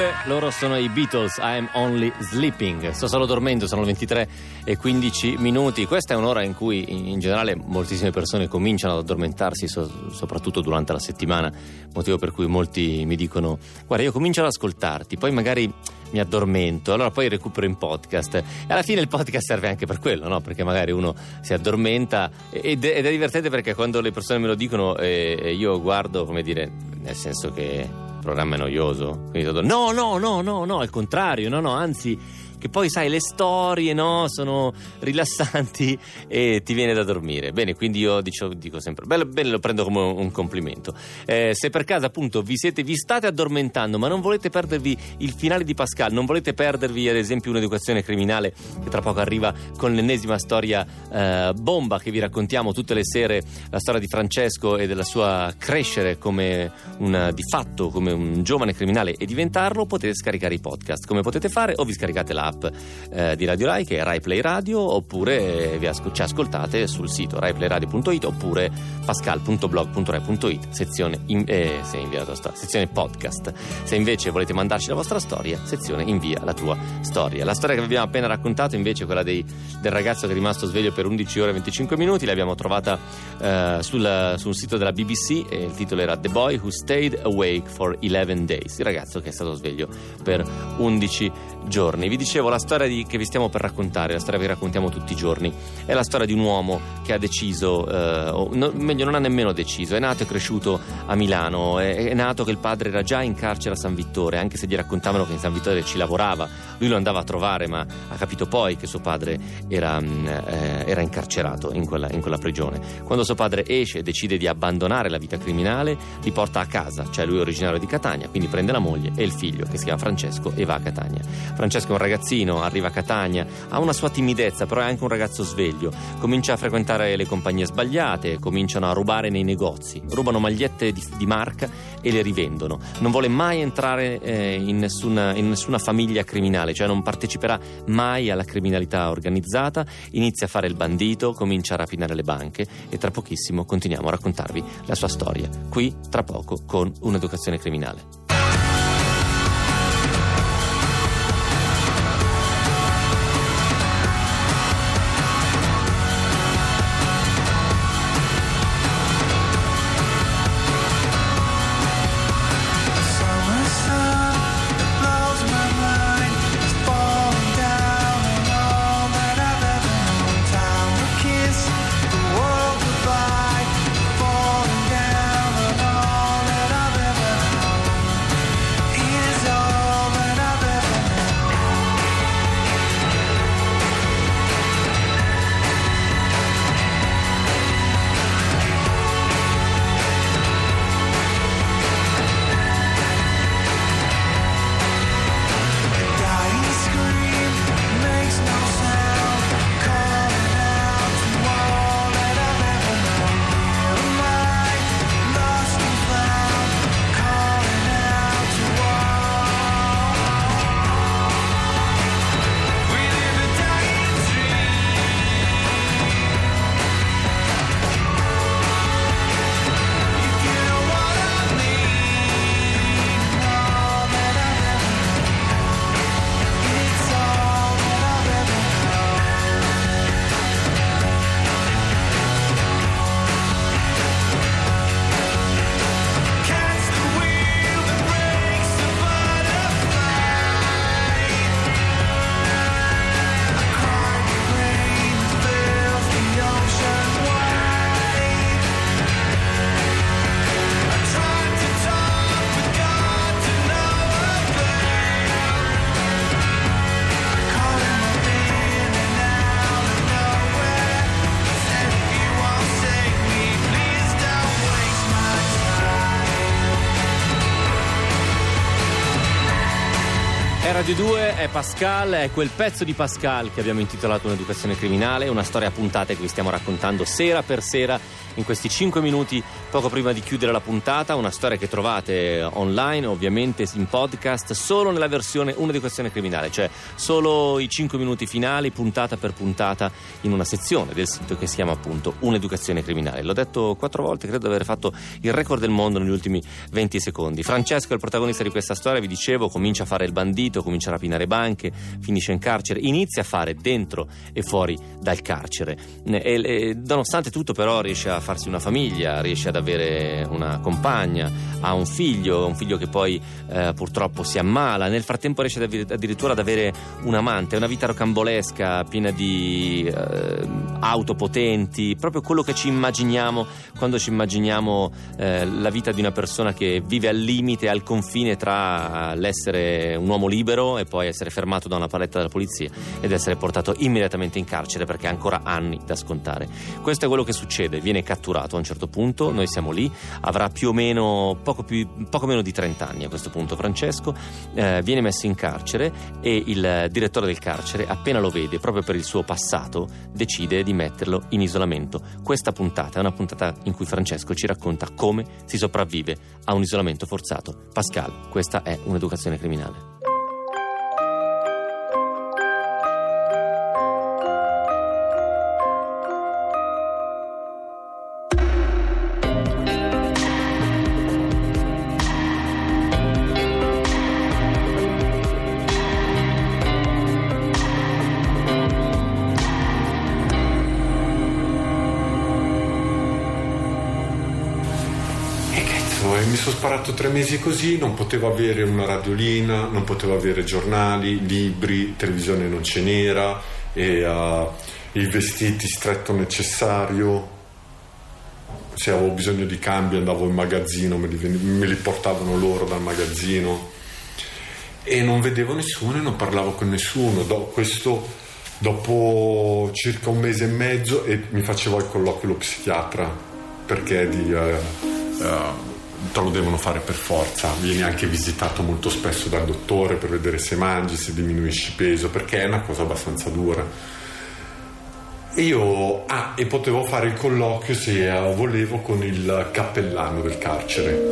loro sono i Beatles, I'm Only Sleeping. Sto solo dormendo, sono le 23:15. Questa è un'ora in cui in generale moltissime persone cominciano ad addormentarsi, soprattutto durante la settimana, motivo per cui molti mi dicono: guarda, io comincio ad ascoltarti, poi magari mi addormento, allora poi recupero in podcast, e alla fine il podcast serve anche per quello, no? Perché magari uno si addormenta ed è divertente, perché quando le persone me lo dicono io guardo, come dire, nel senso che il programma è noioso, quindi no, al contrario, no, anzi, che poi sai, le storie, no, sono rilassanti e ti viene da dormire. Bene, quindi io dico sempre bene, lo prendo come un complimento. Se per caso appunto vi state addormentando, ma non volete perdervi il finale di Pascal, non volete perdervi ad esempio un'educazione criminale che tra poco arriva con l'ennesima storia bomba che vi raccontiamo tutte le sere, la storia di Francesco e della sua crescere come di fatto come un giovane criminale e diventarlo, potete scaricare i podcast. Come potete fare? O vi scaricate l'app di Radio Rai, che è Rai Play Radio, oppure ci ascoltate sul sito raiplayradio.it oppure pascal.blog.rai.it sezione sezione podcast. Se invece volete mandarci la vostra storia, sezione invia la tua storia. La storia che vi abbiamo appena raccontato invece, quella del ragazzo che è rimasto sveglio per 11 ore e 25 minuti, l'abbiamo trovata sul sito della BBC e il titolo era The Boy Who Stayed Awake for 11 Days, il ragazzo che è stato sveglio per 11 giorni. Vi dicevo, la storia che vi stiamo per raccontare, la storia che raccontiamo tutti i giorni, è la storia di un uomo che ha deciso, meglio non ha nemmeno deciso, è nato e cresciuto a Milano, è nato che il padre era già in carcere a San Vittore, anche se gli raccontavano che in San Vittore ci lavorava, lui lo andava a trovare, ma ha capito poi che suo padre era incarcerato in quella prigione. Quando suo padre esce e decide di abbandonare la vita criminale, li porta a casa, cioè lui è originario di Catania, quindi prende la moglie e il figlio che si chiama Francesco e va a Catania. Francesco è un ragazzino, arriva a Catania, ha una sua timidezza, però è anche un ragazzo sveglio, comincia a frequentare le compagnie sbagliate, cominciano a rubare nei negozi, rubano magliette di marca e le rivendono. Non vuole mai entrare in nessuna famiglia criminale, cioè non parteciperà mai alla criminalità organizzata, inizia a fare il bandito, comincia a rapinare le banche e tra pochissimo continuiamo a raccontarvi la sua storia, qui tra poco con un'educazione criminale. Radio 2 è Pascal, è quel pezzo di Pascal che abbiamo intitolato Un'educazione criminale, una storia a puntate che vi stiamo raccontando sera per sera in questi 5 minuti poco prima di chiudere la puntata, una storia che trovate online, ovviamente in podcast, solo nella versione Un'educazione criminale, cioè solo i 5 minuti finali, puntata per puntata, in una sezione del sito che si chiama appunto Un'educazione criminale. L'ho detto 4 volte, credo di aver fatto il record del mondo negli ultimi 20 secondi. Francesco è il protagonista di questa storia, vi dicevo, comincia a fare il bandito, comincia a rapinare banche, finisce in carcere, inizia a fare dentro e fuori dal carcere e nonostante tutto però riesce a farsi una famiglia, riesce ad avere una compagna, ha un figlio che poi purtroppo si ammala, nel frattempo riesce addirittura ad avere un amante, una vita rocambolesca piena di auto potenti, proprio quello che ci immaginiamo quando ci immaginiamo la vita di una persona che vive al limite, al confine tra l'essere un uomo libero e poi essere fermato da una paletta della polizia ed essere portato immediatamente in carcere perché ha ancora anni da scontare. Questo è quello che succede, viene catturato a un certo punto, noi siamo lì, avrà più o meno poco meno di 30 anni a questo punto Francesco, viene messo in carcere e il direttore del carcere, appena lo vede proprio per il suo passato, decide di metterlo in isolamento. Questa puntata è una puntata in cui Francesco ci racconta come si sopravvive a un isolamento forzato. Pascal, questa è Un'educazione criminale. Mi sono sparato 3 mesi così, non potevo avere una radiolina, non potevo avere giornali, libri, televisione non ce n'era, e i vestiti stretto necessario, se avevo bisogno di cambio andavo in magazzino, me li portavano loro dal magazzino e non vedevo nessuno e non parlavo con nessuno. Dopo circa 1 mese e mezzo e mi facevo il colloquio lo psichiatra perché te lo devono fare per forza, vieni anche visitato molto spesso dal dottore per vedere se mangi, se diminuisci peso, perché è una cosa abbastanza dura. E io e potevo fare il colloquio se volevo con il cappellano del carcere.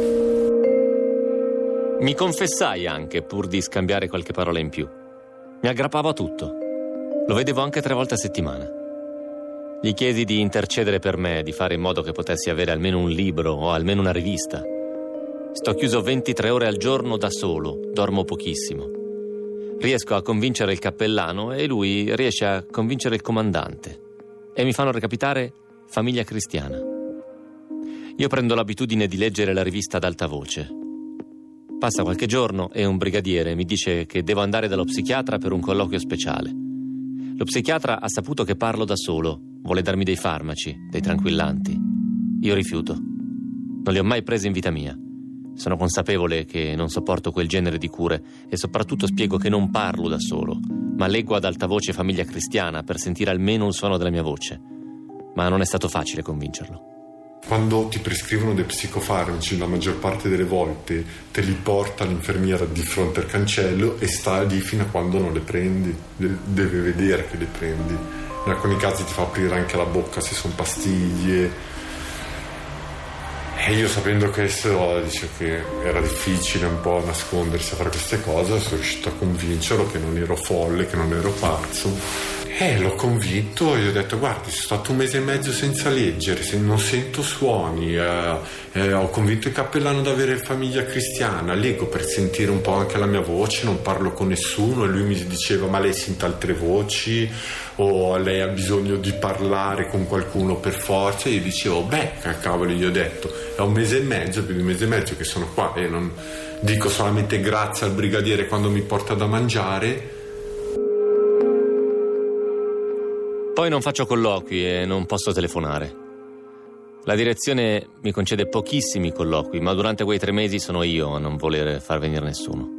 Mi confessai anche pur di scambiare qualche parola in più. Mi aggrappavo a tutto, lo vedevo anche 3 volte a settimana. Gli chiesi di intercedere per me, di fare in modo che potessi avere almeno un libro o almeno una rivista. Sto chiuso 23 ore al giorno da solo, dormo pochissimo. Riesco a convincere il cappellano e lui riesce a convincere il comandante. E mi fanno recapitare Famiglia Cristiana. Io prendo l'abitudine di leggere la rivista ad alta voce. Passa qualche giorno e un brigadiere mi dice che devo andare dallo psichiatra per un colloquio speciale. Lo psichiatra ha saputo che parlo da solo, vuole darmi dei farmaci, dei tranquillanti. Io rifiuto. Non li ho mai presi in vita mia. Sono consapevole che non sopporto quel genere di cure e soprattutto spiego che non parlo da solo, ma leggo ad alta voce Famiglia Cristiana per sentire almeno il suono della mia voce. Ma non è stato facile convincerlo. Quando ti prescrivono dei psicofarmaci, la maggior parte delle volte te li porta l'infermiera di fronte al cancello e sta lì fino a quando non le prendi. Deve vedere che le prendi. In alcuni casi ti fa aprire anche la bocca se sono pastiglie. E io, sapendo questo, dicevo che era difficile un po' nascondersi a fare queste cose, sono riuscito a convincerlo che non ero folle, che non ero pazzo. L'ho convinto e gli ho detto: guardi, sono stato 1 mese e mezzo senza leggere, non sento suoni, ho convinto il cappellano ad avere Famiglia Cristiana, leggo per sentire un po' anche la mia voce, non parlo con nessuno. E lui mi diceva: ma lei sente altre voci? O lei ha bisogno di parlare con qualcuno per forza? E io dicevo: beh, cavolo, gli ho detto, è 1 mese e mezzo, più di 1 mese e mezzo che sono qua e non dico solamente grazie al brigadiere quando mi porta da mangiare. Poi non faccio colloqui e non posso telefonare. La direzione mi concede pochissimi colloqui, ma durante quei 3 mesi sono io a non voler far venire nessuno.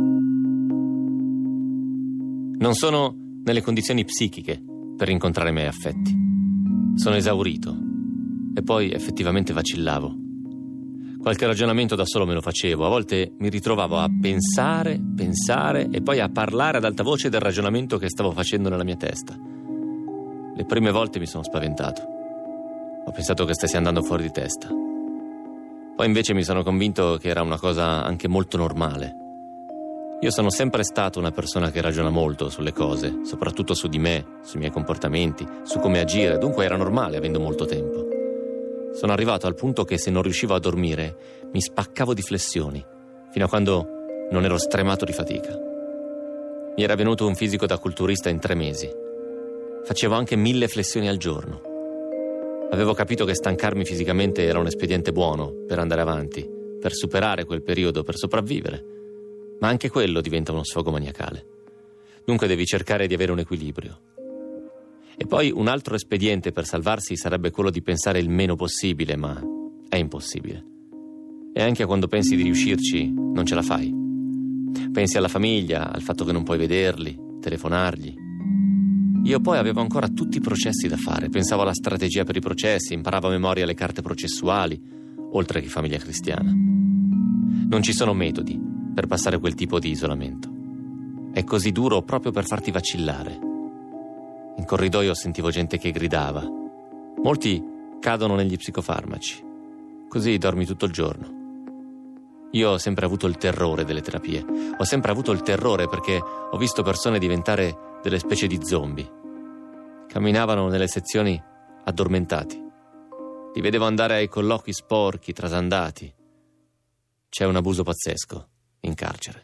Non sono nelle condizioni psichiche per incontrare i miei affetti. Sono esaurito e poi effettivamente vacillavo. Qualche ragionamento da solo me lo facevo, a volte mi ritrovavo a pensare e poi a parlare ad alta voce del ragionamento che stavo facendo nella mia testa. Le prime volte mi sono spaventato. Ho pensato che stessi andando fuori di testa. Poi invece mi sono convinto che era una cosa anche molto normale. Io sono sempre stato una persona che ragiona molto sulle cose, soprattutto su di me, sui miei comportamenti, su come agire, dunque era normale avendo molto tempo. Sono arrivato al punto che se non riuscivo a dormire mi spaccavo di flessioni, fino a quando non ero stremato di fatica. Mi era venuto un fisico da culturista in 3 mesi. Facevo anche 1000 flessioni al giorno. Avevo capito che stancarmi fisicamente era un espediente buono per andare avanti, per superare quel periodo, per sopravvivere. Ma anche quello diventa uno sfogo maniacale. Dunque devi cercare di avere un equilibrio. E poi un altro espediente per salvarsi sarebbe quello di pensare il meno possibile, ma è impossibile. E anche quando pensi di riuscirci, non ce la fai. Pensi alla famiglia, al fatto che non puoi vederli, telefonargli. Io poi avevo ancora tutti i processi da fare, pensavo alla strategia per i processi, imparavo a memoria le carte processuali, oltre che famiglia cristiana. Non ci sono metodi per passare quel tipo di isolamento. È così duro proprio per farti vacillare. In corridoio sentivo gente che gridava. Molti cadono negli psicofarmaci. Così dormi tutto il giorno. Io ho sempre avuto il terrore delle terapie. Ho sempre avuto il terrore perché ho visto persone diventare delle specie di zombie. Camminavano nelle sezioni addormentati. Li vedevo andare ai colloqui sporchi, trasandati. C'è un abuso pazzesco in carcere.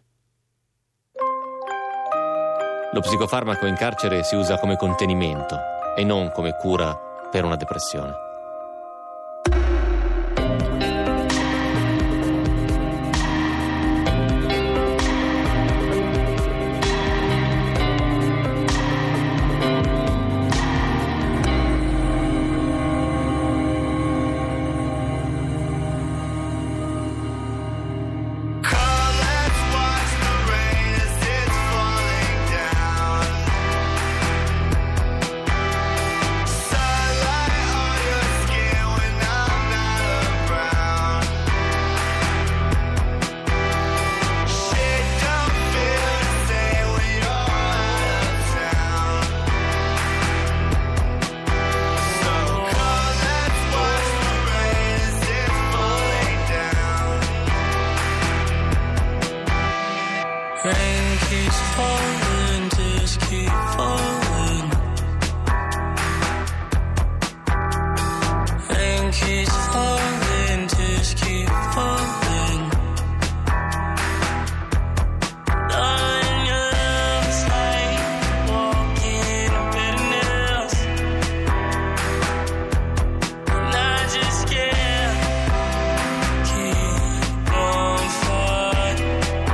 Lo psicofarmaco in carcere si usa come contenimento e non come cura per una depressione. Rain keeps falling, just keep falling. Rain keeps falling, just keep falling. Darling, your love's like walking on bitterness, and I just can't keep on fighting.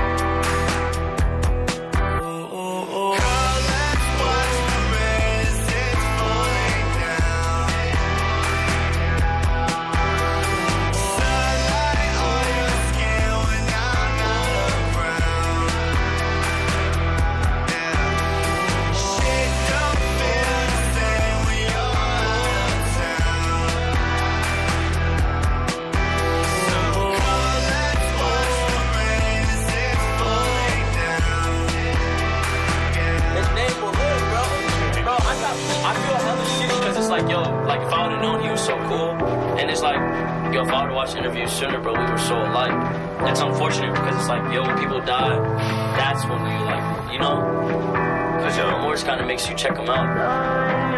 If I would've watched interviews sooner, bro, we were so alike. It's unfortunate because it's like, yo, when people die, that's when you like, you know? Because your remorse kind of makes you check them out.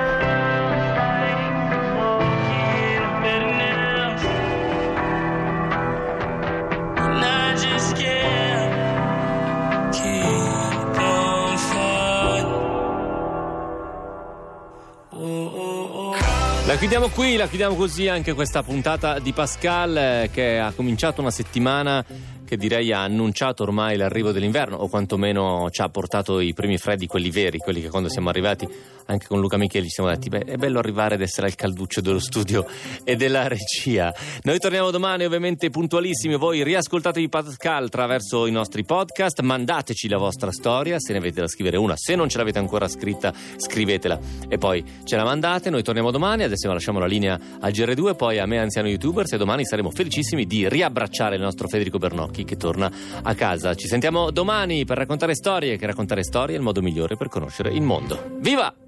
La chiudiamo qui, la chiudiamo così anche questa puntata di Pascal che ha cominciato una settimana che che direi ha annunciato ormai l'arrivo dell'inverno, o quantomeno ci ha portato i primi freddi, quelli veri, quelli che quando siamo arrivati anche con Luca Micheli ci siamo detti è bello arrivare ad essere al calduccio dello studio e della regia. Noi torniamo domani ovviamente puntualissimi, voi riascoltatevi Pascal attraverso i nostri podcast, mandateci la vostra storia, se ne avete da scrivere una, se non ce l'avete ancora scritta scrivetela e poi ce la mandate. Noi torniamo domani, adesso lasciamo la linea al GR2, poi a me anziano youtubers, e domani saremo felicissimi di riabbracciare il nostro Federico Bernocchi che torna a casa. Ci sentiamo domani per raccontare storie, che raccontare storie è il modo migliore per conoscere il mondo. Viva!